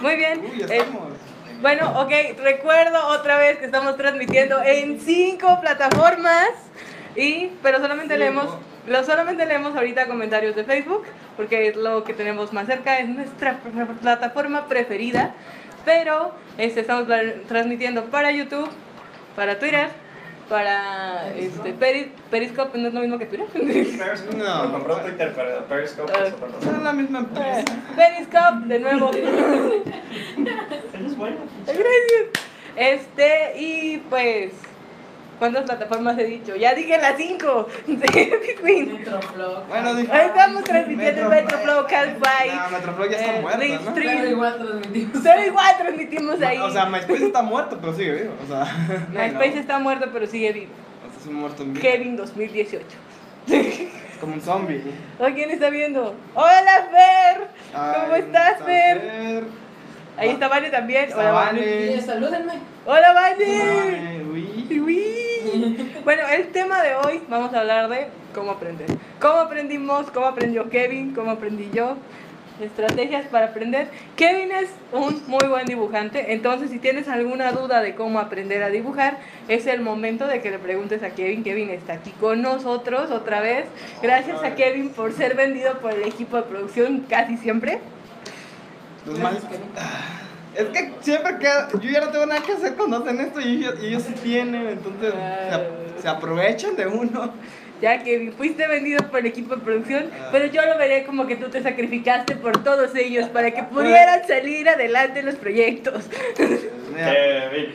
Muy bien. Ya estamos. Bueno, ok, recuerdo otra vez que estamos transmitiendo en 5 plataformas, pero solamente leemos ahorita comentarios de Facebook, porque es lo que tenemos más cerca, es nuestra plataforma preferida, pero estamos transmitiendo para YouTube, para Twitter, para Periscope, ¿no es lo mismo que Twitter? Periscope. No, Compró Twitter, pero Periscope es otra cosa. es la misma empresa. Periscope, de nuevo. Es bueno. Gracias. Y pues, ¿cuántas plataformas he dicho? Ya dije las 5. Metroflog. Bueno, dije. Ahí estamos transmitiendo en Metroflow, Calfy. No, Metroflow ya está muerta, ¿no? Pero igual transmitimos. Pero igual transmitimos ahí. O sea, MySpace está muerto, pero sigue vivo. O sea, MySpace está muerto, pero sigue vivo. O sea, es un muerto en vida. Kevin 2018. Es como un zombie. ¿O quién está viendo? ¡Hola, Fer! ¿Cómo Ay, estás, está Fer? Ahí está Vane también. Está Hola, Vane. Y salúdenme. ¡Hola, Vane! Vale, uy. Uy. Bueno, el tema de hoy vamos a hablar de cómo aprender. ¿Cómo aprendimos? ¿Cómo aprendió Kevin? ¿Cómo aprendí yo? Estrategias para aprender. Kevin es un muy buen dibujante, entonces si tienes alguna duda de cómo aprender a dibujar, es el momento de que le preguntes a Kevin. Kevin está aquí con nosotros otra vez. Gracias a Kevin por ser vendido por el equipo de producción casi siempre. Los más... Es que siempre que yo ya no tengo nada que hacer cuando hacen esto y ellos sí tienen, entonces se aprovechan de uno. Ya que fuiste vendido por el equipo de producción, pero yo lo veré como que tú te sacrificaste por todos ellos para que pudieran salir adelante los proyectos. Kevin.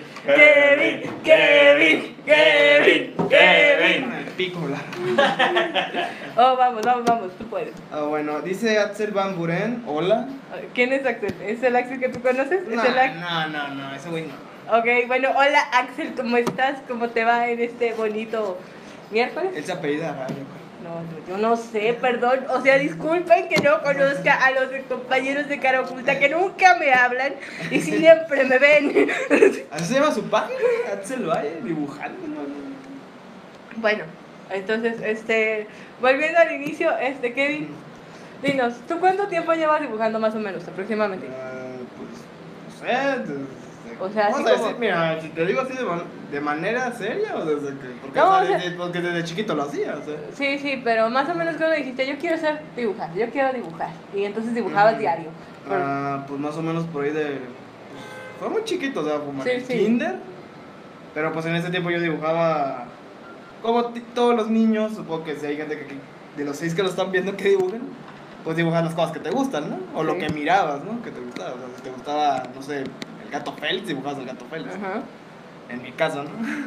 Pícola. Oh, vamos, tú puedes. Bueno, dice Axel Van Buren, hola. ¿Quién es Axel? ¿Es el Axel que tú conoces? ¿Es No, el Axel? no, ese güey no. Ok, bueno, hola Axel, ¿cómo estás? ¿Cómo te va en este bonito miércoles? Él se apellida raro, güey. No, yo no sé, perdón. O sea, disculpen que no conozca a los compañeros de Cara Oculta que nunca me hablan y siempre me ven. Así se llama su página, Axel Valle, dibujando, ¿no? Bueno, entonces, volviendo al inicio, Kevin, dinos, ¿tú cuánto tiempo llevas dibujando más o menos, aproximadamente? Pues, no sé. O sea, vamos así a como... decir, mira, si te digo así de manera seria o desde que. Porque, No, o sea, o sea- porque desde chiquito lo hacía, o sea. Sí, pero más o menos cuando dijiste, yo quiero dibujar, y entonces dibujabas diario. Pues más o menos por ahí de. Pues, fue muy chiquito, o sea, como en Sí. kinder. Pero pues en ese tiempo yo dibujaba. Como todos los niños, supongo que si hay gente que de los 6 que lo están viendo que dibujan, pues dibujas las cosas que te gustan, ¿no? O lo Sí. que mirabas, ¿no? Que te gustaba. O sea, si te gustaba, no sé, el gato Félix, dibujabas el gato Félix. Ajá. En mi caso, ¿no?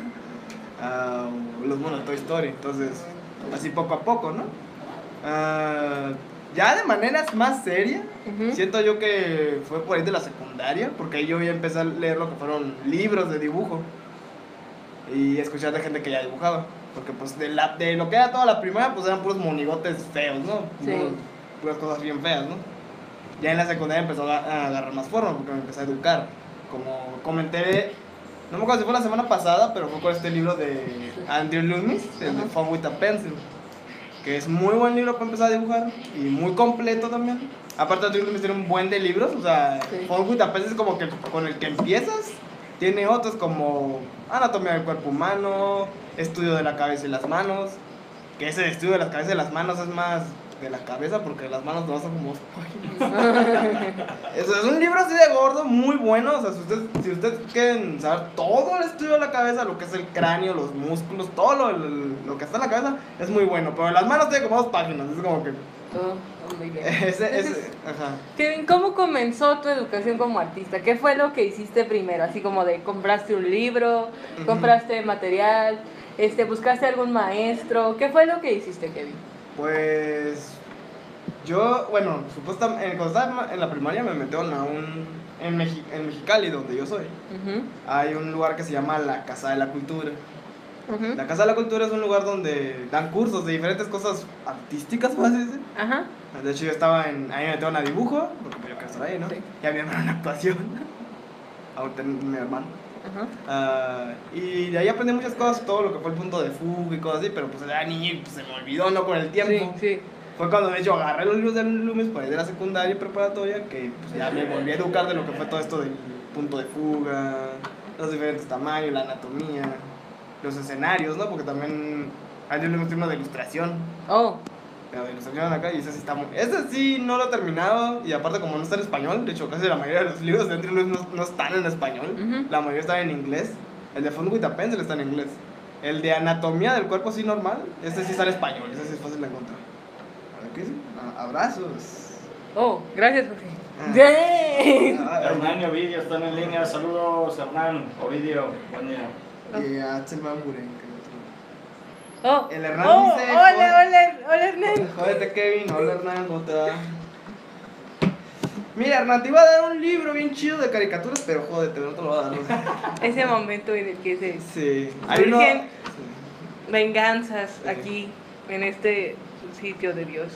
Los monos de Toy Story. Entonces, así poco a poco, ¿no? Ya de maneras más serias, Ujú. siento yo que fue por ahí de la secundaria, porque ahí yo ya empecé a leer lo que fueron libros de dibujo y escuchar de gente que ya dibujaba. Porque pues de lo que era toda la primaria, pues eran puros monigotes feos, ¿no? Sí. Puras cosas bien feas, ¿no? Ya en la secundaria empezó a agarrar más forma porque me empecé a educar. Como comenté, no me acuerdo si fue la semana pasada, pero fue con este libro de Andrew Loomis, el de Fun with a Pencil, que es muy buen libro para empezar a dibujar y muy completo también. Aparte, Andrew Loomis tiene un buen de libros, o sea, Sí. Fun with a Pencil es como que con el que empiezas. Tiene otros como Anatomía del cuerpo humano, Estudio de la cabeza y las manos, que ese estudio de la cabeza y las manos es más de la cabeza porque las manos no son como 2 páginas. Eso es un libro así de gordo, muy bueno. O sea, si ustedes quieren saber todo el estudio de la cabeza, lo que es el cráneo, los músculos, todo lo que está en la cabeza, es muy bueno. Pero las manos tiene como 2 páginas, es como que... Oh, muy bien. Ajá. Kevin, ¿cómo comenzó tu educación como artista? ¿Qué fue lo que hiciste primero? Así como de compraste un libro, compraste material, buscaste algún maestro. ¿Qué fue lo que hiciste, Kevin? Pues yo, bueno, supuestamente cuando estaba en la primaria me metieron a en Mexicali, donde yo soy. Ujú, Hay un lugar que se llama la Casa de la Cultura. ujú. La Casa de la Cultura es un lugar donde dan cursos de diferentes cosas artísticas, por así decir. Ajá. De hecho, yo estaba ahí me metieron a dibujo, porque pues yo quiero estar ahí, ¿no? Sí. Y a mi hermano en actuación. A mi hermano. Ajá. Y de ahí aprendí muchas cosas, todo lo que fue el punto de fuga y cosas así, pero pues era niño y pues, se me olvidó, ¿no? Con el tiempo. Sí. fue cuando de hecho agarré los libros de Loomis para ir de la secundaria y preparatoria, que pues, ya me volví a educar de lo que fue todo esto del punto de fuga, los diferentes tamaños, la anatomía, los escenarios, ¿no? Porque también hay un libro de ilustración. Oh, Pero de ilustración acá y ese sí está muy... Ese sí no lo he terminado y aparte como no está en español, de hecho casi la mayoría de los libros de Andrew Loomis no están en español, Ujú. la mayoría están en inglés. El de Fun with a Pencil está en inglés. El de anatomía del cuerpo así normal, este sí está en español, ese sí es fácil de encontrar. A ver, ¿qué dice? Abrazos. oh, gracias, Jorge. Ah. ¡Yay! Hernán y Ovidio están en línea. Saludos, Hernán, Ovidio. Buen día. Y Axel Van Buren. Oh, El Hernán oh, dice, hola, Hernán. Jódete, Kevin. Hola, Hernán, ¿cómo te va? Mira, Hernán, te iba a dar un libro bien chido de caricaturas, pero jódete, no te lo voy a dar. Ese momento en el que se Sí. Surgen Sí. venganzas Sí. aquí, en este sitio de Dios.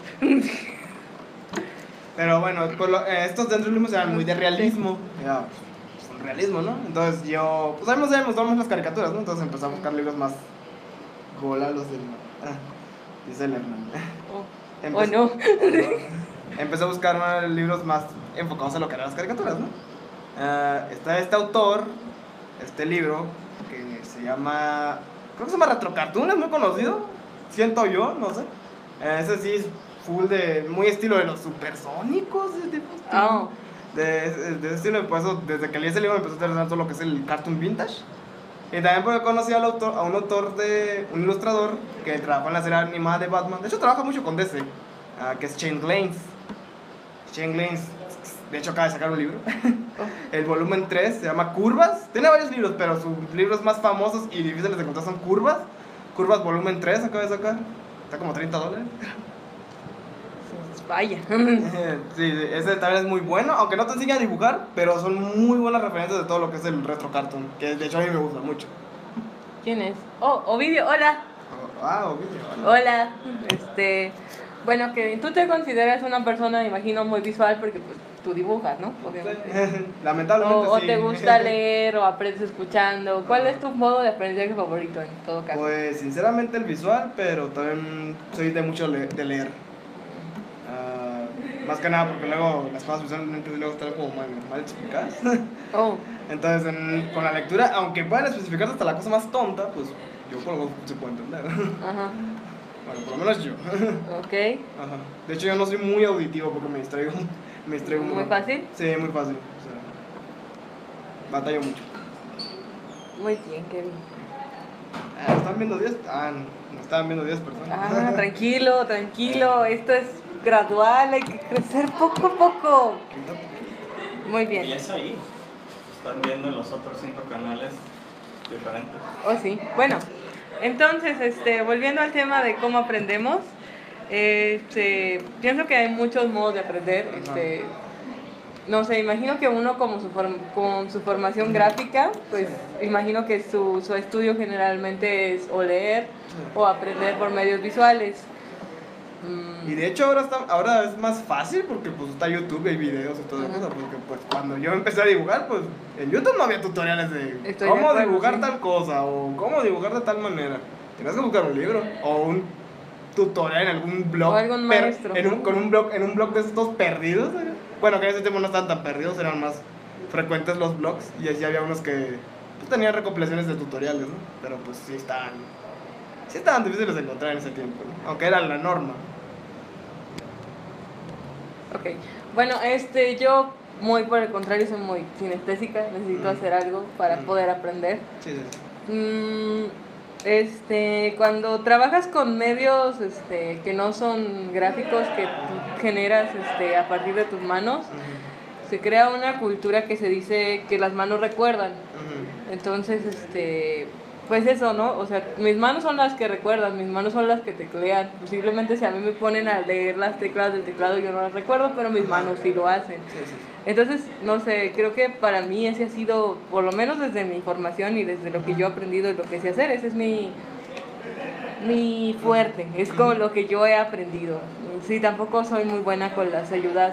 Pero bueno, estos de Andrew Loomis eran muy de realismo. Ya, pues, un realismo, ¿no? Entonces yo, pues a mí me gustaban las caricaturas, ¿no? Entonces empecé a buscar libros más golalos del... dice el Hernán. Oh, Empecé- no. Empecé a buscar libros más enfocados a lo que eran las caricaturas, ¿no? Está este autor, este libro, que se llama... Creo que se llama Retro Cartoon, es muy conocido. Siento yo, no sé. Ese sí es full de... Muy estilo de los supersónicos, ese tipo. Oh, De ese estilo, por eso desde que leí ese libro me empezó a interesar todo lo que es el cartoon vintage. Y también porque conocí a un autor un ilustrador que trabajó en la serie animada de Batman. De hecho trabaja mucho con DC, que es Shane Glanes. Shane Glanes, de hecho acaba de sacar un libro. El volumen 3 se llama Curvas. Tiene varios libros, pero sus libros más famosos y difíciles de encontrar son Curvas. Curvas volumen 3 acaba de sacar. Está como $30. vaya. Sí, ese también es muy bueno, aunque no te enseña a dibujar, pero son muy buenas referencias de todo lo que es el retro cartoon, que de hecho a mí me gusta mucho. ¿Quién es? Oh, Ovidio, hola. Ovidio, Hola. Bueno, Kevin, tú te consideras una persona, me imagino, muy visual porque pues tú dibujas, ¿no? Obviamente. Lamentablemente O sí. te gusta leer o aprendes escuchando. ¿Cuál es tu modo de aprendizaje favorito en todo caso? Pues sinceramente el visual, pero también soy de mucho de leer. Más que nada porque luego las cosas visualmente luego están como mal explicadas. Oh, Entonces con la lectura, aunque puedan especificarse hasta la cosa más tonta, pues yo por lo menos se puede entender. ajá. Bueno, por lo menos yo. Ok. Ajá. De hecho yo no soy muy auditivo porque me distraigo. Me distraigo ¿Muy fácil? Sí, muy fácil. O sea, batallo mucho. Muy bien, Kevin. ¿Nos están viendo 10? Nos estaban viendo 10 personas. Ah, tranquilo, tranquilo. Esto es gradual, hay que crecer poco a poco. Muy Y bien. es ahí. Están viendo en los otros 5 canales diferentes. Oh, sí. Bueno, entonces, volviendo al tema de cómo aprendemos, pienso que hay muchos modos de aprender. No sé, imagino que uno con su formación gráfica, pues imagino que su estudio generalmente es o leer o aprender por medios visuales. Y de hecho ahora es más fácil porque pues está YouTube y hay videos y toda la cosa, porque pues cuando yo empecé a dibujar, pues en YouTube no había tutoriales de Estoy de cómo acuerdo, dibujar sí. tal cosa o cómo dibujar de tal manera. Tenías que buscar un libro o un tutorial en algún blog O algún maestro. en un blog de estos perdidos. Bueno, que en ese tiempo no estaban tan perdidos, eran más frecuentes los blogs y así había unos que pues, tenían recopilaciones de tutoriales, ¿no? Pero pues sí estaban difíciles de encontrar en ese tiempo, ¿no? Aunque era la norma. Ok. Bueno, yo muy por el contrario soy muy sinestésica, necesito hacer algo para poder aprender. Sí, sí, sí. Cuando trabajas con medios que no son gráficos que tú generas a partir de tus manos, se crea una cultura que se dice que las manos recuerdan. Entonces, pues eso, ¿no? O sea, mis manos son las que recuerdan, mis manos son las que teclean. Posiblemente si a mí me ponen a leer las teclas del teclado yo no las recuerdo, pero mis manos sí lo hacen. Sí, sí. Entonces, no sé, creo que para mí ese ha sido, por lo menos desde mi formación y desde lo que yo he aprendido y lo que sé hacer, ese es mi fuerte, es como lo que yo he aprendido. Sí, tampoco soy muy buena con las ayudas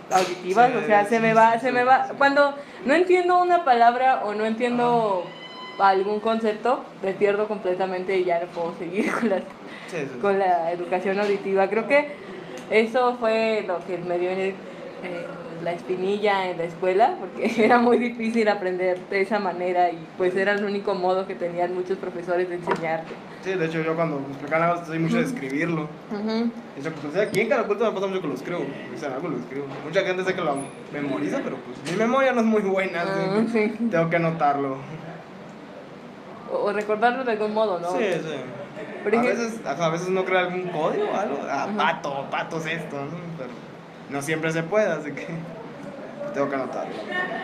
auditivas, Sí, o sea, sí, se me va, cuando no entiendo una palabra o no entiendo algún concepto, me pierdo completamente y ya no puedo seguir Sí, sí. con la educación auditiva. Creo que eso fue lo que me dio la espinilla en la escuela, porque era muy difícil aprender de esa manera y pues era el único modo que tenían muchos profesores de enseñarte. Sí, de hecho yo cuando me explican algo soy mucho de escribirlo. Ujú. De hecho, pues, aquí en Caraculta me pasa mucho que lo escribo. O sea, algo lo escribo. Mucha gente sé que lo memoriza, pero pues mi memoria no es muy buena. Ah, así que sí. tengo que anotarlo. O recordarlo de algún modo, ¿no? Sí, sí. Por ejemplo- A veces uno crea algún código o algo. Ah, pato es esto, ¿no? Pero no siempre se puede, así que tengo que anotarlo.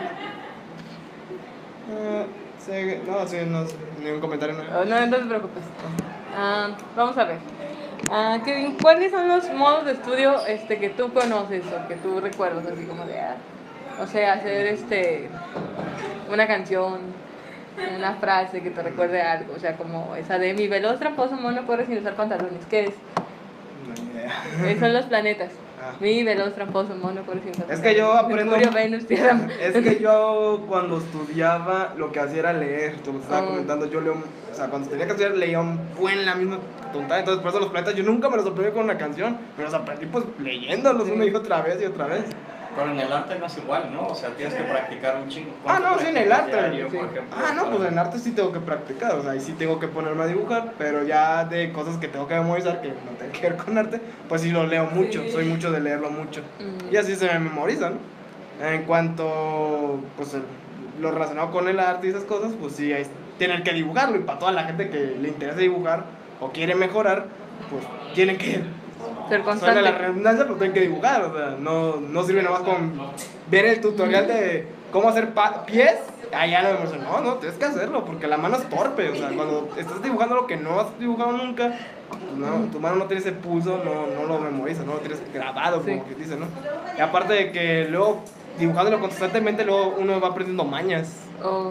Sí, no, ningún comentario. No. Oh, no, no te preocupes. Vamos a ver. Kevin, ¿cuáles son los modos de estudio que tú conoces o que tú recuerdas? Así como de, o sea, hacer una canción, una frase que te recuerde algo. O sea, como esa de mi veloz tramposo mono corre sin usar pantalones. ¿Qué es? No, ni idea. Son los planetas. Ah. Mi veloz tramposo mono corre sin usar Es pantalones. que yo aprendo- Mercurio, Venus, Tierra. Es que yo cuando estudiaba lo que hacía era leer, te lo estaba comentando, yo leo, o sea, cuando tenía que estudiar leía un buen la misma tontada, entonces por eso los planetas yo nunca me los aprendí con una canción, me los aprendí pues leyéndolos Sí. una y otra vez y otra vez. Pero en el arte no es igual, ¿no? O sea, tienes que practicar un chingo. Ah, no, sí, en el arte. Diario, Sí. por ejemplo, Ah, no, pues para- en arte sí tengo que practicar, o sea, ahí sí tengo que ponerme a dibujar, pero ya de cosas que tengo que memorizar que no tienen que ver con arte, pues sí lo leo mucho, Sí. soy mucho de leerlo mucho. Mm. Y así se me memorizan. En cuanto, pues, lo relacionado con el arte y esas cosas, pues sí, hay, tienen que dibujarlo. Y para toda la gente que le interesa dibujar o quiere mejorar, pues tienen que, Ser suena constante. la redundancia, pero tienen que dibujar. O sea, no sirve nada más con ver el tutorial de cómo hacer pies. Ah, ya lo vemos. No, tienes que hacerlo, porque la mano es torpe. O sea, cuando estás dibujando lo que no has dibujado nunca, pues no, tu mano no tiene ese pulso, no lo memorizas, no lo tienes grabado, Sí. como que dice, ¿no? Y aparte de que luego, dibujándolo constantemente, luego uno va aprendiendo mañas. Oh,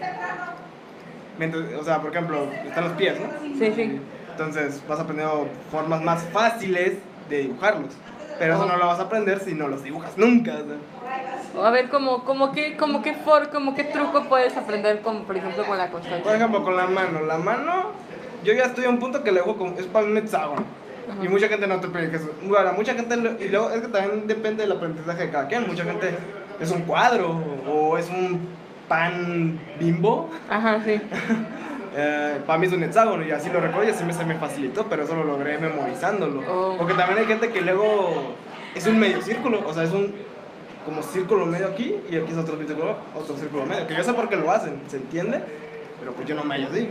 O sea, por ejemplo, están los pies, ¿no? sí, sí. Entonces vas aprendiendo formas más fáciles de dibujarlos. Pero eso no lo vas a aprender si no los dibujas nunca. O sea. A ver, como qué truco puedes aprender, como por ejemplo con la Por constancia. ejemplo, con la mano. La mano, yo ya estoy a un punto que luego es para un hexágono. Ajá. Y mucha gente no te pide que eso. Bueno, mucha gente, y luego es que también depende del aprendizaje de cada quien. Mucha gente es un cuadro o es un pan Bimbo. Ajá, sí. Para mí es un hexágono y así lo recuerdo y así se me facilitó, pero eso lo logré memorizándolo. Oh. Porque también hay gente que luego es un medio círculo, o sea, es un como círculo medio aquí y aquí es otro círculo medio, que yo sé por qué lo hacen, ¿se entiende? Pero pues yo no me hallo así.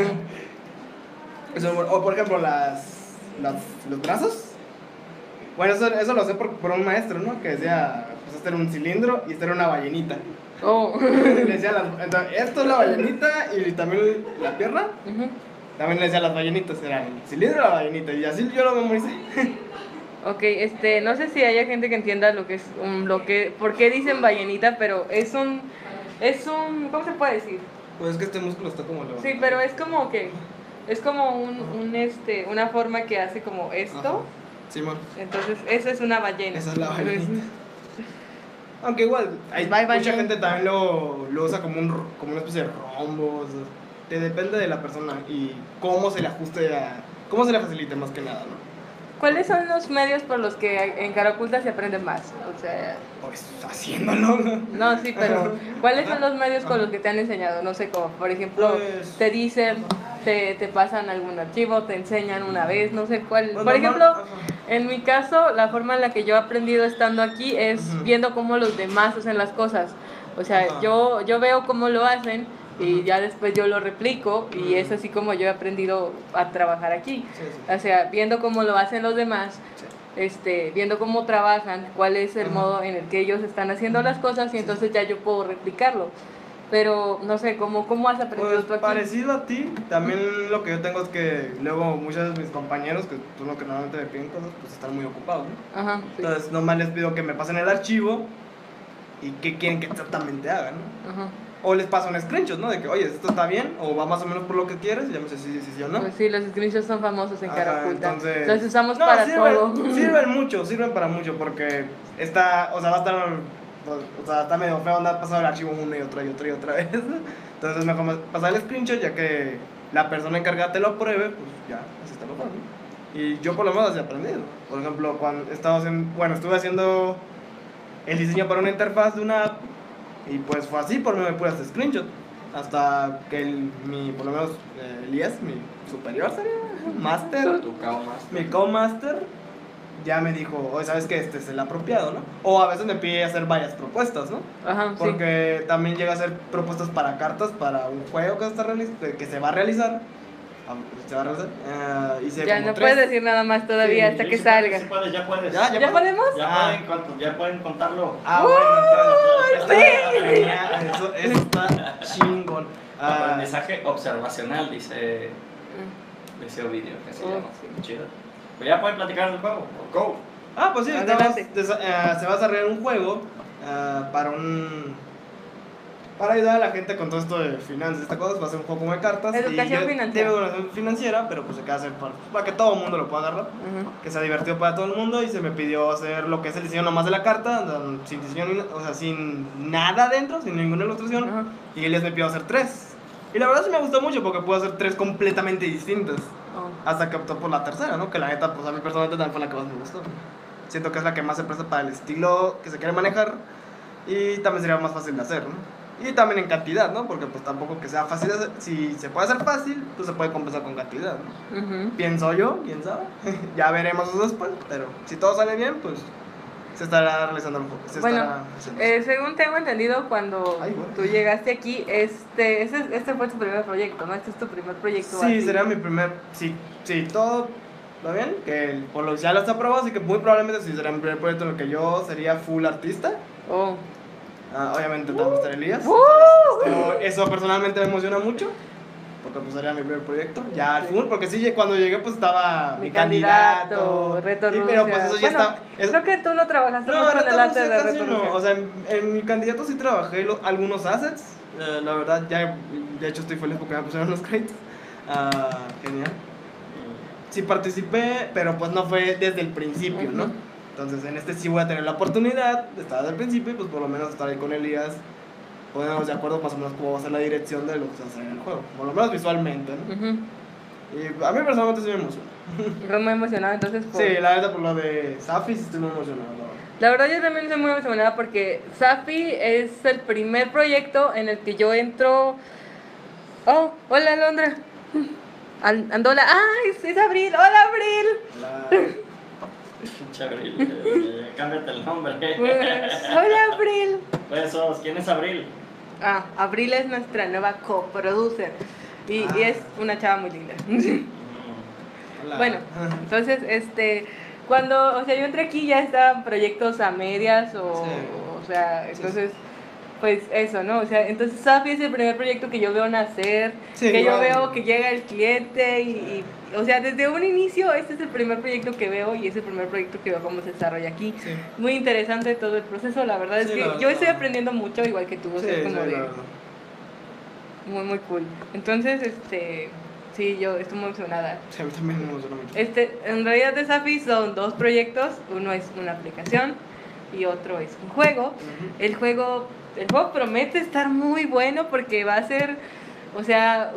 O por ejemplo los brazos. Bueno, eso lo sé por un maestro, ¿no? Que decía, pues este era un cilindro y este era una ballenita. Oh. Le decía entonces, esto es la ballenita y también la pierna. Ujú. También le decía las ballenitas, eran el cilindro y la ballenita. Y así yo lo memoricé. Ok, no sé si haya gente que entienda lo que es por qué dicen ballenita, pero es un, ¿cómo se puede decir? Pues es que este músculo está como levantado. Sí, pero es como que, es como una forma que hace como esto, Ajá. Simón. entonces eso es una ballena. Esa es la ballenita. Aunque igual, hay Bye, mucha ballena. gente también lo usa como una especie de rombo. O sea, te depende de la persona y cómo se le ajuste cómo se le facilite más que nada, ¿no? ¿Cuáles son los medios por los que en cara oculta se aprende más? O sea, Pues haciéndolo. no, sí, pero ¿cuáles son los medios con los que te han enseñado? No sé, como por ejemplo, Pues- te dicen, te pasan algún archivo, te enseñan una vez, no sé cuál. Pues, Por normal- ejemplo, ajá. en mi caso, la forma en la que yo he aprendido estando aquí es Ujú. viendo cómo los demás hacen las cosas. O sea, Ajá. yo veo cómo lo hacen y Ujú. ya después yo lo replico y Ujú. es así como yo he aprendido a trabajar aquí. Sí, sí. O sea, viendo cómo lo hacen los demás, Sí. viendo cómo trabajan, cuál es el Ajá. modo en el que ellos están haciendo las cosas y entonces ya yo puedo replicarlo. Pero no sé, ¿cómo has aprendido Pues tú aquí? parecido a ti, también lo que yo tengo es que luego muchos de mis compañeros, que son los que normalmente me piden cosas, pues están muy ocupados, ¿no? Ajá, sí. Entonces nomás les pido que me pasen el archivo y qué quieren que exactamente hagan, ¿no? Ajá. O les paso un screenshot, ¿no? De que, oye, esto está bien, o va más o menos por lo que quieres, y ya me sé si sí o no. Pues sí, los screenshots son famosos en cara Ajá, oculta. entonces- Los usamos No, para sirven, todo. Sirven para mucho, porque va a estar o sea, está medio feo andar pasando el archivo una y otra vez. Entonces es mejor pasar el screenshot ya que la persona encargada te lo apruebe, pues ya, así está mejor, ¿no? Y yo por lo menos así he aprendido. Por ejemplo, cuando estuve haciendo el diseño para una interfaz de una app y pues fue así, por medio de puras screenshot. Hasta que por lo menos Elías, mi superior sería, master, Tu cao más. mi co-master, ya me dijo, oye, ¿sabes que este es el apropiado, no? O a veces me pide hacer varias propuestas, ¿no? Ajá, sí. Porque también llega a hacer propuestas para cartas, para un juego que se va a realizar. Hice Ya como no 3. puedes decir nada más todavía Sí, hasta Sí, que sí salga. puedes, sí puedes, ya puedes. ¿Ya podemos? Ya pueden contarlo. Bueno, entonces, eso está chingón. Aprendizaje observacional, dice Ovidio, que se llama. Chido. Pues ya pueden platicar del juego. Go. Pues sí, Adelante. se va a desarrollar un juego para ayudar a la gente con todo esto de finanzas, esta cosa. Va a ser un juego como de cartas. Educación financiera. De educación financiera, pero pues se queda hacer para que todo el mundo lo pueda agarrar. Ujú. Que sea divertido para todo el mundo. Y se me pidió hacer lo que es el diseño nomás de la carta, sin diseño, o sea, sin nada dentro, sin ninguna ilustración. Ajá. Y Elias me pidió hacer 3. Y la verdad sí me gustó mucho porque puedo hacer 3 completamente distintas. Oh. Hasta que optó por la tercera, ¿no? Que la neta, pues a mí personalmente también fue la que más me gustó. Siento que es la que más se presta para el estilo que se quiere manejar y también sería más fácil de hacer, ¿no? Y también en cantidad, ¿no? Porque pues tampoco que sea fácil de hacer. Si se puede hacer fácil, pues se puede compensar con cantidad, ¿no? Ujú. Pienso yo, quién sabe. Ya veremos eso después, pero si todo sale bien, pues se estará realizando el juego. Bueno, según tengo entendido, cuando Ay, bueno. tú llegaste aquí, este fue tu primer proyecto, ¿no? Este es tu primer proyecto. Sí, así. sería mi primer. Sí, todo va bien. Que ya lo está aprobado, así que muy probablemente sí será mi primer proyecto en el que yo sería full artista. Oh. Obviamente también va a estar Elías. Eso personalmente me emociona mucho. Porque pues sería mi primer proyecto. Ya al full, porque sí, cuando llegué pues estaba Mi candidato, Reto Sí, pero pues Rusia. eso ya Bueno, está. Creo que tú no trabajaste No, mucho en Reto el arte Rusia de casi Reto no. Rusia. O sea, en mi candidato sí trabajé algunos assets. La verdad, ya de hecho estoy feliz porque me pusieron los créditos. Genial. Sí participé, pero pues no fue desde el principio, ¿no? Ujú. Entonces en este sí voy a tener la oportunidad de estar desde el principio y pues por lo menos estar ahí con Elías, ponernos de acuerdo más o menos cómo va a ser la dirección de lo que se va a hacer en el juego, por lo menos visualmente, ¿no? Ujú. Y a mí personalmente sí me emociona. Estoy muy emocionada, entonces. Sí, la verdad por lo de Safi sí estoy muy emocionado. La verdad yo también estoy muy emocionada porque Safi es el primer proyecto en el que yo entro. Oh, hola Alondra. Andola. ¡Ay! Es Abril. ¡Hola Abril! Pinche Abril. Cámbiate el nombre. Hola Abril. Besos. ¿Quién es Abril? Abril es nuestra nueva coproducer y es una chava muy linda. Hola. Bueno, entonces, cuando, o sea, yo entré aquí ya estaban proyectos a medias Sí. o sea, entonces, pues eso, ¿no? O sea, entonces Safi es el primer proyecto que yo veo nacer, Sí, que yo igual. veo que llega el cliente o sea, desde un inicio este es el primer proyecto que veo y es el primer proyecto que veo cómo se desarrolla aquí. Sí. Muy interesante todo el proceso, la verdad es Sí, que la yo verdad. estoy aprendiendo mucho, igual que tú, o sea, Sí, es como sí, de la verdad. muy, muy cool. Entonces, sí, yo estoy muy emocionada. Sí, a mí también me emociona mucho. En realidad de Safi son dos proyectos, uno es una aplicación y otro es un juego. Ujú. El juego promete estar muy bueno porque va a ser, o sea,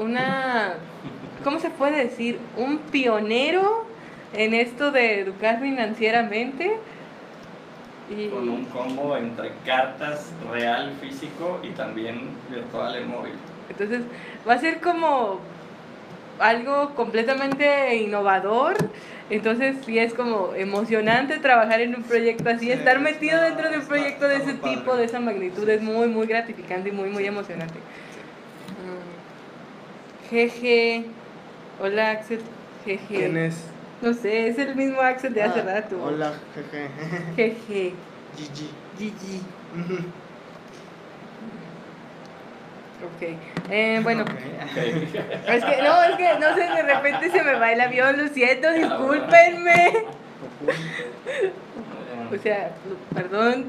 ¿cómo se puede decir? Un pionero en esto de educar financieramente. Y Con un combo entre cartas real, físico y también virtual en móvil. entonces va a ser como algo completamente innovador. Entonces sí es como emocionante trabajar en un proyecto así, Sí, estar metido dentro de un está- proyecto de está ese muy tipo, padre. de esa magnitud, es muy, muy gratificante y muy, muy emocionante. Jeje. Hola Axel. Jeje. ¿Quién es? No sé, es el mismo Axel de hace rato. Hola, jeje. Jeje. GG. GG. Ujú. Ok. Bueno. Ok. Es que no sé, de repente se me va el avión, lo siento, discúlpenme. O sea, perdón.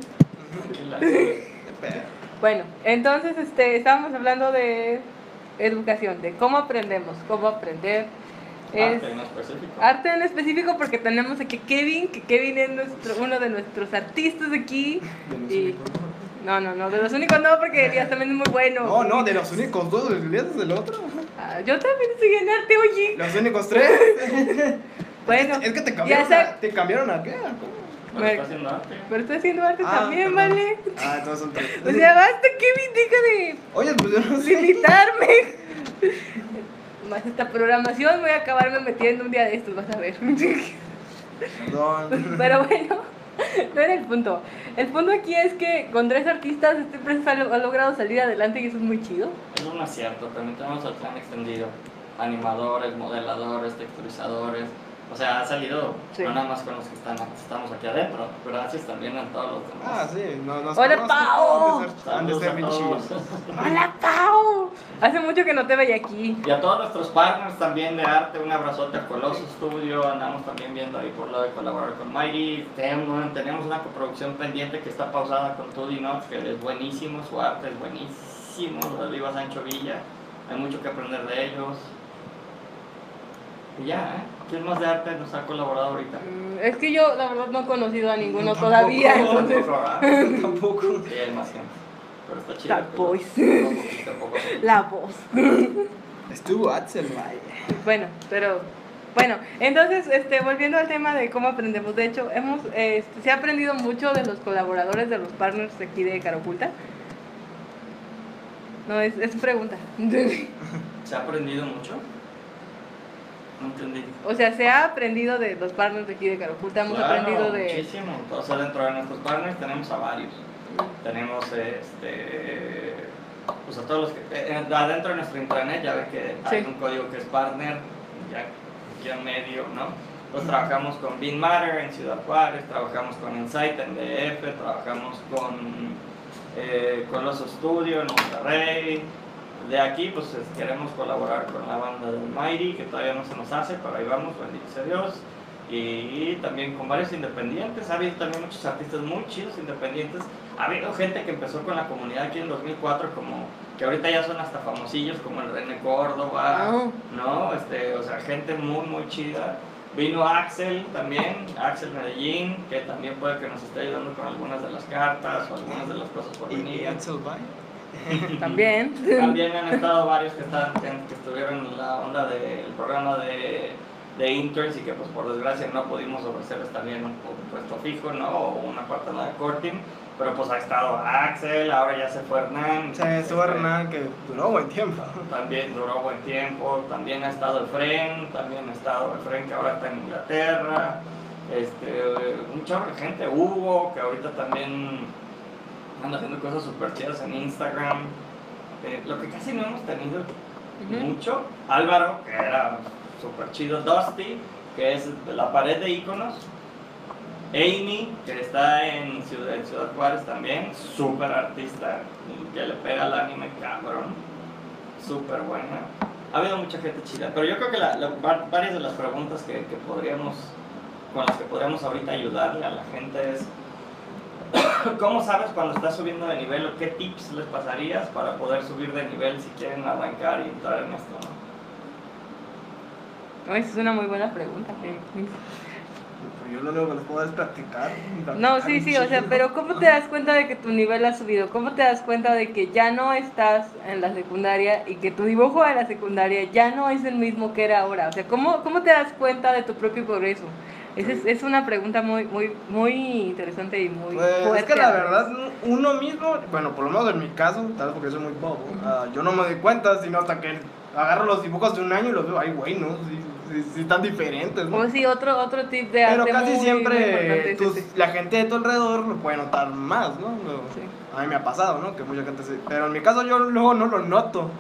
Bueno, entonces estábamos hablando de educación, de cómo aprendemos, cómo aprender. Es Arte en específico. arte en específico porque tenemos aquí a Kevin, que Kevin es uno de nuestros artistas aquí. De los Y unicornios. No, de los únicos no, porque Elías también es muy bueno. No, de los únicos dos, Elías es el otro. Ah, yo también estoy en arte, oye. Los únicos tres. Bueno, Es que te ya cambiaron a qué. ¿A cómo? Pero está haciendo arte. Pero estoy haciendo arte Ah, también, perdón. ¿vale? Entonces son tres. O sea, basta, Kevin, deja Oye, pues yo no de sé. limitarme. Más esta programación voy a acabarme metiendo un día de estos, vas a ver. Perdón. Pero bueno, no era el punto. El punto aquí es que con 3 artistas esta empresa ha logrado salir adelante y eso es muy chido. Es un acierto, también tenemos el plan extendido. Animadores, modeladores, texturizadores. O sea, ha salido Sí. no nada más con los que estamos aquí adentro, gracias también a todos los demás. Ah, sí, nos Hola, conozco, Pao. han de Saludos ser a bien todos. chidos. ¡Hola, Pau! Hace mucho que no te veía aquí. Y a todos nuestros partners también de arte, un abrazote a Coloso Studio, andamos también viendo ahí por lo de colaborar con Mighty. Tenemos una coproducción pendiente que está pausada con Tudi Knox, que es buenísimo, su arte es buenísimo, lo de Viva Sancho Villa, hay mucho que aprender de ellos. Y ya, ¿eh? ¿Quién más de arte nos ha colaborado ahorita? Es que yo, la verdad, no he conocido a ninguno Tampoco. todavía, entonces... Tampoco. Sí, hay más gente. Pero está chido. La voz. Poco a poco. La voz. Estuvo Axel, vaya. Bueno, pero... Bueno, entonces, volviendo al tema de cómo aprendemos, de hecho, se ha aprendido mucho de los colaboradores, de los partners de aquí de Caroculta. No, es pregunta. ¿Se ha aprendido mucho? No entendí. O sea, se ha aprendido de los partners de aquí de Caroculta, hemos Claro, aprendido de... muchísimo. O sea, dentro de nuestros partners tenemos a varios. Tenemos pues a todos los que adentro de nuestro intranet ya ven que hay Sí. un código que es partner, ya aquí en medio, ¿no? Pues trabajamos con Bean Matter en Ciudad Juárez, trabajamos con Insight en DF, trabajamos con Coloso Studio en Monterrey. De aquí pues queremos colaborar con la banda del Mighty, que todavía no se nos hace, pero ahí vamos, bendito sea Dios. Y también con varios independientes, ha habido también muchos artistas muy chidos independientes. Ha habido gente que empezó con la comunidad aquí en 2004, como que ahorita ya son hasta famosillos, como el René Córdoba, Ah. ¿no? O sea, gente muy, muy chida. Vino Axel también, Axel Medellín, que también puede que nos esté ayudando con algunas de las cartas o algunas de las cosas por Y venir. Axel, vaya. También. También han estado varios que estuvieron en la onda del programa de interns y que pues por desgracia no pudimos ofrecerles también un puesto fijo, ¿no? O una parte de la de Cortin, pero pues ha estado Axel, ahora ya se fue Hernán. Se estuvo Hernán, que duró buen tiempo. También duró buen tiempo, también ha estado Efren, que ahora está en Inglaterra, un chorro de gente, Hugo, que ahorita también anda haciendo cosas súper chidas en Instagram. Lo que casi no hemos tenido mucho, Álvaro, que era súper chido, Dusty, que es de la pared de iconos, Amy, que está en Ciudad Juárez también, súper artista, que le pega al anime cabrón, súper buena. Ha habido mucha gente chida, pero yo creo que varias de las preguntas con las que podríamos ahorita ayudarle a la gente es ¿cómo sabes cuando estás subiendo de nivel o qué tips les pasarías para poder subir de nivel si quieren arrancar y entrar en esto, ¿no? Esa es una muy buena pregunta. Yo lo único que les puedo es practicar. No, sí, o sea, pero ¿cómo te das cuenta de que tu nivel ha subido? ¿Cómo te das cuenta de que ya no estás en la secundaria y que tu dibujo de la secundaria ya no es el mismo que era ahora? O sea, ¿cómo te das cuenta de tu propio progreso? Esa es una pregunta muy, muy, muy interesante y muy Pues fuerte. es que la a la vez. verdad, uno mismo, bueno, por lo menos en mi caso, tal vez porque soy muy bobo, yo no me doy cuenta, sino hasta que agarro los dibujos de un año y los veo, ay, güey, ¿no? Sí están diferentes, ¿no? O sí, otro tip de arte Pero casi muy, siempre muy importante es ese. la gente de tu alrededor lo puede notar más, ¿no? Sí. A mí me ha pasado, ¿no? Que mucha gente pero en mi caso yo luego no lo noto.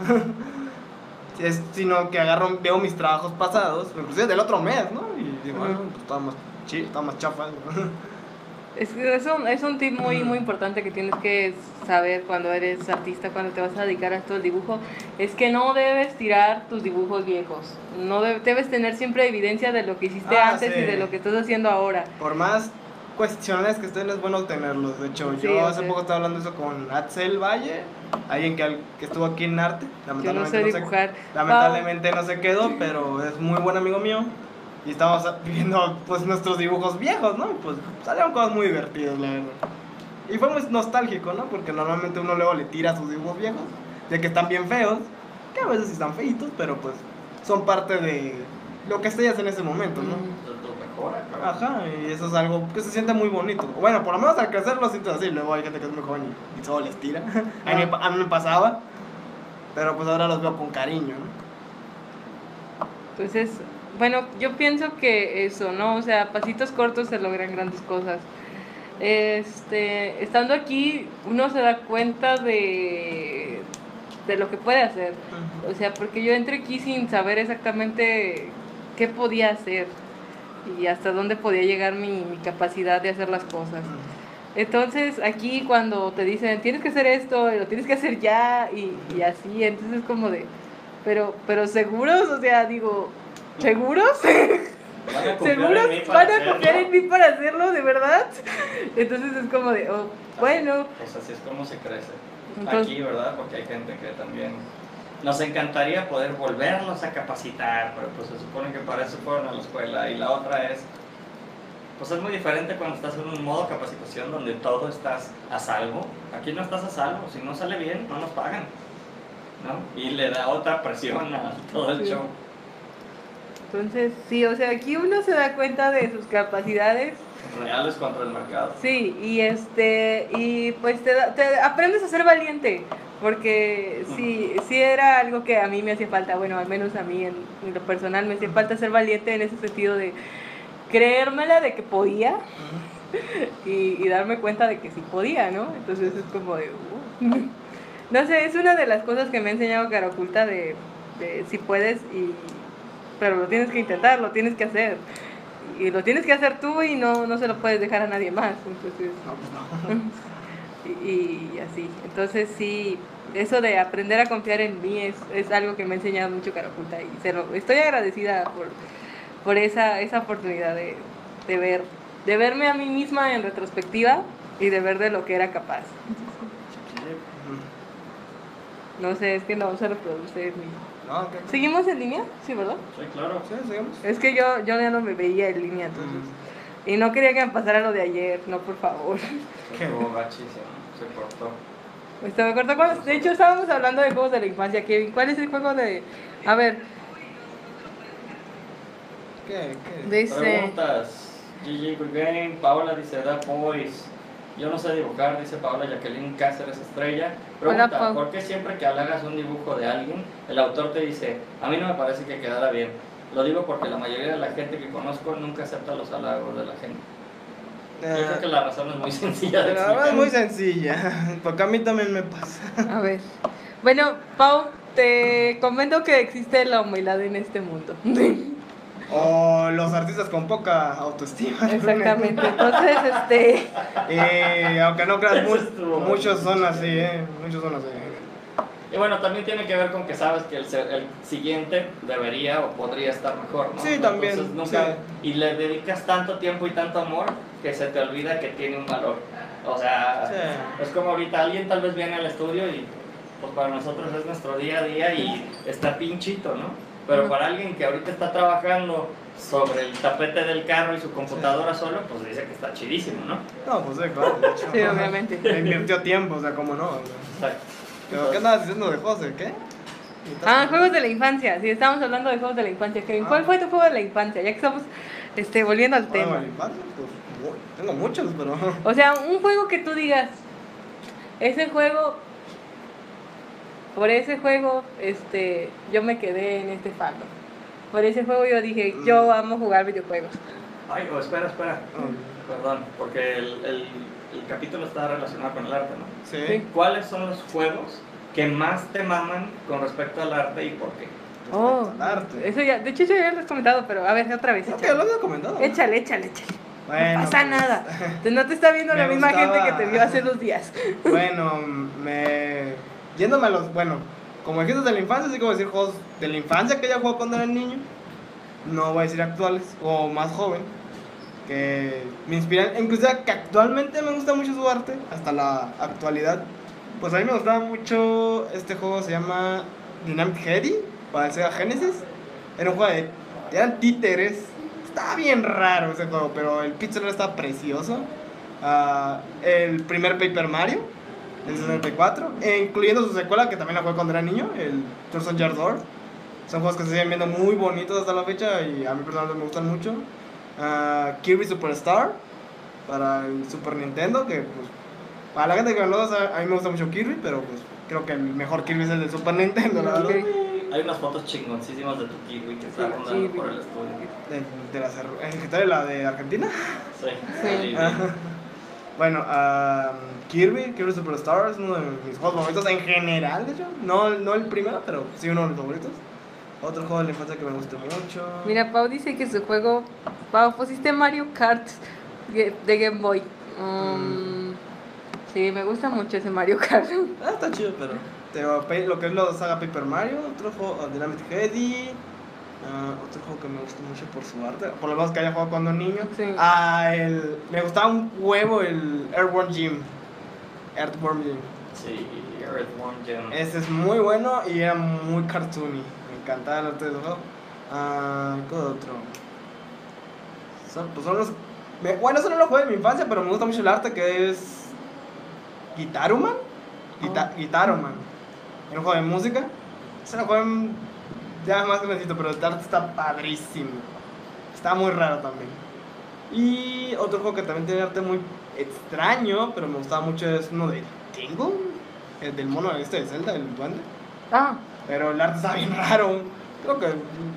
Sino que veo mis trabajos pasados, inclusive del otro mes, ¿no? Y digo, bueno, pues estamos chafas, ¿no? Es un tip muy, muy importante que tienes que saber cuando eres artista, cuando te vas a dedicar a esto del dibujo, es que no debes tirar tus dibujos viejos, debes tener siempre evidencia de lo que hiciste antes sí. y de lo que estás haciendo ahora. Por más cuestiones que estén, es bueno tenerlos. De hecho, Sí, yo o hace sea. poco estaba hablando eso con Axel Valle, alguien que estuvo aquí en arte. Yo no sé dibujar. Lamentablemente no se quedó, pero es muy buen amigo mío. Y estábamos viendo pues nuestros dibujos viejos, ¿no? Y pues salieron cosas muy divertidas, la verdad. Y fue muy nostálgico, ¿no? Porque normalmente uno luego le tira a sus dibujos viejos, de que están bien feos, que a veces sí están feitos, pero pues son parte de lo que estallas en ese momento, ¿no? Lo mejora, cabrón. Ajá, y eso es algo que se siente muy bonito. Bueno, por lo menos al crecer lo siento así, luego hay gente que es muy joven y solo les tira. A mí me pasaba, pero pues ahora los veo con cariño, ¿no? Entonces, bueno, yo pienso que eso, ¿no? O sea, pasitos cortos se logran grandes cosas. Estando aquí, uno se da cuenta de lo que puede hacer. O sea, porque yo entré aquí sin saber exactamente qué podía hacer y hasta dónde podía llegar mi capacidad de hacer las cosas. Entonces, aquí cuando te dicen, tienes que hacer esto, y lo tienes que hacer ya, y así, entonces es como de, pero ¿seguros? O sea, digo, ¿seguros? ¿Seguros van a confiar en mí para hacerlo, de verdad? Entonces es como de, oh, bueno. Pues así es como se crece. Entonces, Aquí, ¿verdad? Porque hay gente que también nos encantaría poder volvernos a capacitar, pero pues se supone que para eso fueron a la escuela. Y la otra es, pues es muy diferente cuando estás en un modo capacitación donde todo estás a salvo. Aquí no estás a salvo, si no sale bien, no nos pagan, ¿no? Y le da otra presión a todo el Sí. show. entonces, sí, o sea, aquí uno se da cuenta de sus capacidades. Reales contra el mercado. Sí, y pues te aprendes a ser valiente, porque sí era algo que a mí me hacía falta, bueno, al menos a mí en lo personal me hacía falta ser valiente en ese sentido de creérmela de que podía y darme cuenta de que sí podía, ¿no? Entonces es como de... No sé, es una de las cosas que me ha enseñado Cara Oculta de si puedes, pero lo tienes que intentar, lo tienes que hacer. Y lo tienes que hacer tú y no se lo puedes dejar a nadie más. Entonces, No, pues no. y así. Entonces sí, eso de aprender a confiar en mí es algo que me ha enseñado mucho Cara Oculta y estoy agradecida por esa oportunidad de verme a mí misma en retrospectiva y de ver de lo que era capaz. No sé, es que no se reproduce No, ¿qué? ¿Seguimos en línea? Sí, ¿verdad? Sí, claro. Sí, sigamos. Es que yo ya no me veía en línea, entonces. Y no quería que me pasara lo de ayer, no, por favor. Estuvo gachísimo, se cortó. Me cortó cuando... De hecho, estábamos hablando de juegos de la infancia, Kevin. ¿Cuál es el juego de...? A ver, ¿Qué? dice... Preguntas. GG Good Game. Paola dice, da boys. Yo no sé dibujar, dice Paola Jacqueline Cáceres Estrella. Hola, Pregunta, Pau. ¿por qué siempre que halagas un dibujo de alguien, el autor te dice, a mí no me parece que quedara bien? Lo digo porque la mayoría de la gente que conozco nunca acepta los halagos de la gente. Yo creo que la razón es muy sencilla de La verdad es explicar. muy sencilla, porque a mí también me pasa. A ver. Bueno, Pau, te comento que existe la humildad en este mundo. O los artistas con poca autoestima. Exactamente. Entonces, Aunque no creas, Eso estuvo muchos son así, muchos son así. Y bueno, también tiene que ver con que sabes que el siguiente debería o podría estar mejor, ¿no? Sí, también, Entonces, nunca, sí. Y le dedicas tanto tiempo y tanto amor que se te olvida que tiene un valor. O sea, Sí. es como ahorita alguien tal vez viene al estudio y pues para nosotros es nuestro día a día y está pinchito, ¿no? Pero para alguien que ahorita está trabajando sobre el tapete del carro y su computadora solo, pues dice que está chidísimo, ¿no? No, pues sí, claro, de hecho. Sí, obviamente. Le invirtió tiempo, o sea, cómo no. Exacto. ¿Pero qué andabas diciendo de José? ¿Qué? Juegos de la infancia. Sí, estábamos hablando de juegos de la infancia, Kevin. ¿Cuál fue tu juego de la infancia? Ya que estamos volviendo al Bueno, tema. la infancia, pues, tengo muchos, pero... O sea, un juego que tú digas, ese juego, por ese juego, yo me quedé en este fandom. Por ese juego yo dije, yo amo jugar videojuegos. Ay, espera. Perdón, porque el capítulo está relacionado con el arte, ¿no? Sí. ¿Cuáles son los juegos que más te maman con respecto al arte y por qué? Oh, al arte. eso ya, de hecho ya lo has comentado, pero a ver, otra vez. Creo que ya lo había comentado. ¿no? Échale. Bueno, No pasa pues, nada. No te está viendo la me misma gustaba- gente que te vio hace 2 días. Bueno, yéndome a los... Bueno, como dijiste de la infancia, sí como decir juegos de la infancia que ya jugó cuando era niño. No voy a decir actuales o más joven. Que me inspiran, inclusive que actualmente me gusta mucho su arte, hasta la actualidad. Pues a mí me gustaba mucho este juego, se llama Dynamic Heady, para el Sega Genesis. Era un juego eran títeres. Estaba bien raro ese juego, pero el pixel art estaba precioso. El primer Paper Mario, el 64, incluyendo su secuela que también la jugué cuando era niño, el Thurston Yard Door. Son juegos que se siguen viendo muy bonitos hasta la fecha y a mí personalmente me gustan mucho. Kirby Superstar para el Super Nintendo, que pues para la gente que no lo sabe, a mí me gusta mucho Kirby, pero pues creo que el mejor Kirby es el de Super Nintendo, la verdad. Hay unas fotos chingoncísimas de tu kiwi que está rondando Kiwi. por el estudio. ¿De la de Argentina? Sí. Sí. Bueno, Kirby Superstar es uno de mis juegos favoritos en general, de hecho. No el primero, pero sí uno de mis favoritos. Otro juego de la infancia que me gusta mucho. Mira, Pau dice que su juego. Pau, pusiste Mario Kart de Game Boy. Sí, me gusta mucho ese Mario Kart. Está chido, pero lo que es la saga Paper Mario, otro juego, Dynamite Heady, otro juego que me gusta mucho por su arte, por lo menos que haya jugado cuando niño. Sí. Me gustaba un huevo el Earthworm Jim. Sí, Earthworm Jim. Ese es muy bueno y era muy cartoony. Me encantaba el arte de ese juego. ¿Qué otro? Bueno, eso no lo jugué en mi infancia, pero me gusta mucho el arte, que es Guitaruman. Guitaruman. Era un juego de música. Ese lo jugué ya más que necesito, pero el arte está padrísimo. Está muy raro también. Y otro juego que también tiene arte muy extraño, pero me gustaba mucho, es uno de Tingle, el del mono de Zelda, el duende. Pero el arte está bien raro. Creo que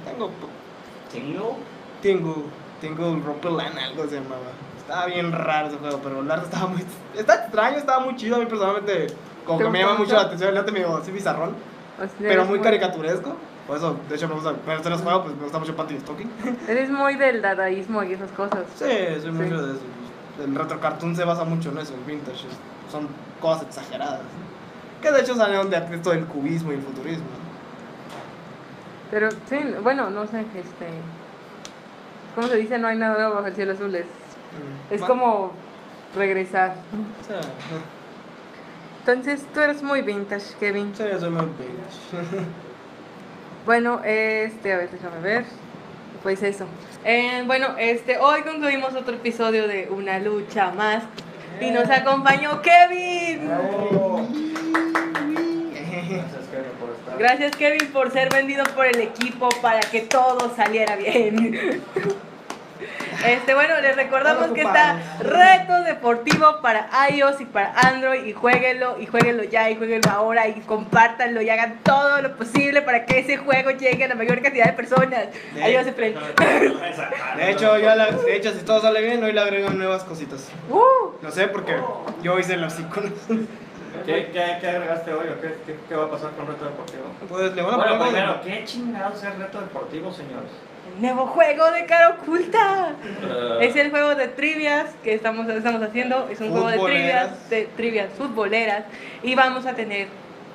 Tingle Ropelan, algo se llamaba. Estaba bien raro ese juego, pero el arte está extraño, estaba muy chido. A mí personalmente, como que me llama mucho la atención el arte medio así bizarrón, pero muy caricaturesco. Por eso, de hecho, me gusta, pero este los juegos, pues me gusta mucho Panty Stocking. Eres muy del dadaísmo y esas cosas. Sí, soy mucho de eso. El retro cartoon se basa mucho en eso, el vintage. Son cosas exageradas. Que de hecho salieron de esto del cubismo y el futurismo. Pero sí, bueno, no sé, ¿cómo se dice? No hay nada nuevo bajo el cielo azul. Es como regresar. Sí, Entonces, tú eres muy vintage, Kevin. sí, soy muy vintage. Bueno, a ver, déjame ver. Pues eso. Hoy concluimos otro episodio de Una Lucha Más. Y nos acompañó Kevin. Gracias, Kevin, por estar. Gracias, Kevin, por ser vendido por el equipo para que todo saliera bien. Les recordamos que está reto deportivo para iOS y para Android, y jueguenlo ya, y jueguenlo ahora, y compártanlo, y hagan todo lo posible para que ese juego llegue a la mayor cantidad de personas. Adiós, Efraín. De hecho, si todo sale bien, hoy le agregan nuevas cositas. Lo sé porque yo hice los iconos. ¿Qué agregaste hoy o qué va a pasar con Reto Deportivo? Pues le van a Bueno, poner primero, ¿qué chingados es Reto Deportivo, señores? El nuevo juego de cara oculta. Es el juego de trivias que estamos haciendo. Es un juego de trivias futboleras. Y vamos a tener,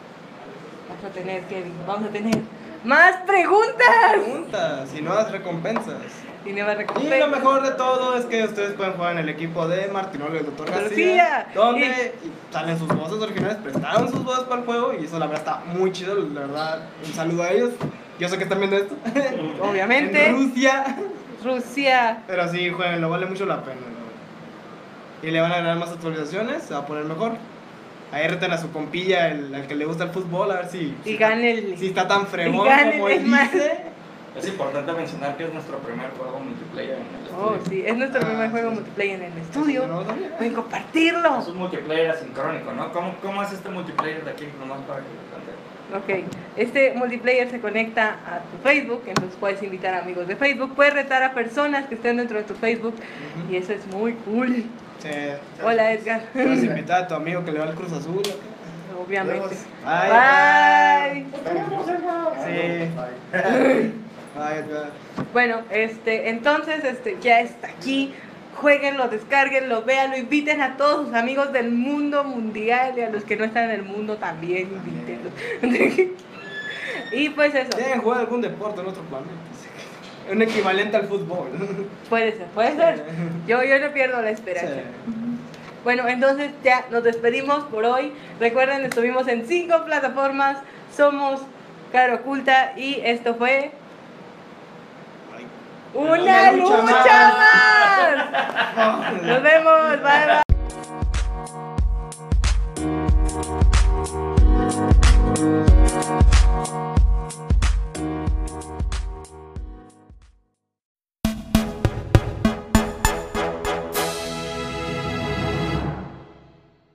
Kevin, más preguntas y nuevas recompensas. y nuevas recompensas. Y lo mejor de todo es que ustedes pueden jugar en el equipo de Martinoli y el Dr. García, García. donde salen sus voces originales, prestaron sus voces para el juego, y eso la verdad está muy chido. La verdad, un saludo a ellos. Yo sé que están viendo esto. Obviamente. En Rusia. Pero sí, jueguenlo, vale mucho la pena, la verdad. Y le van a agregar más actualizaciones, se va a poner mejor. Ahí reten a su compilla, al que le gusta el fútbol, a ver si está tan fregón como él dice. Es importante mencionar que es nuestro primer juego multiplayer en el estudio. Sí, es nuestro primer juego multiplayer en el estudio. Pueden compartirlo. Es un multiplayer asincrónico, ¿no? ¿Cómo es este multiplayer de aquí? Nomás para que lo plantee. Ok, este multiplayer se conecta a tu Facebook, entonces puedes invitar a amigos de Facebook, puedes retar a personas que estén dentro de tu Facebook, y eso es muy cool. Sí. Hola, Edgar. Puedes invitar a tu amigo que le va al Cruz Azul. Obviamente. Bye. Bye. Sí. Bye, Edgar. Bueno, entonces, ya está aquí. Jueguenlo, descárguenlo, véanlo, inviten a todos sus amigos del mundo mundial, y a los que no están en el mundo también, invítenlos. Y pues eso. ¿Quieren jugar algún deporte en otro planeta? Un equivalente al fútbol. Puede ser. Yo no pierdo la esperanza. Sí. Bueno, entonces ya nos despedimos por hoy. Recuerden, estuvimos en 5 plataformas. Somos Cara Oculta y esto fue Una Lucha Más.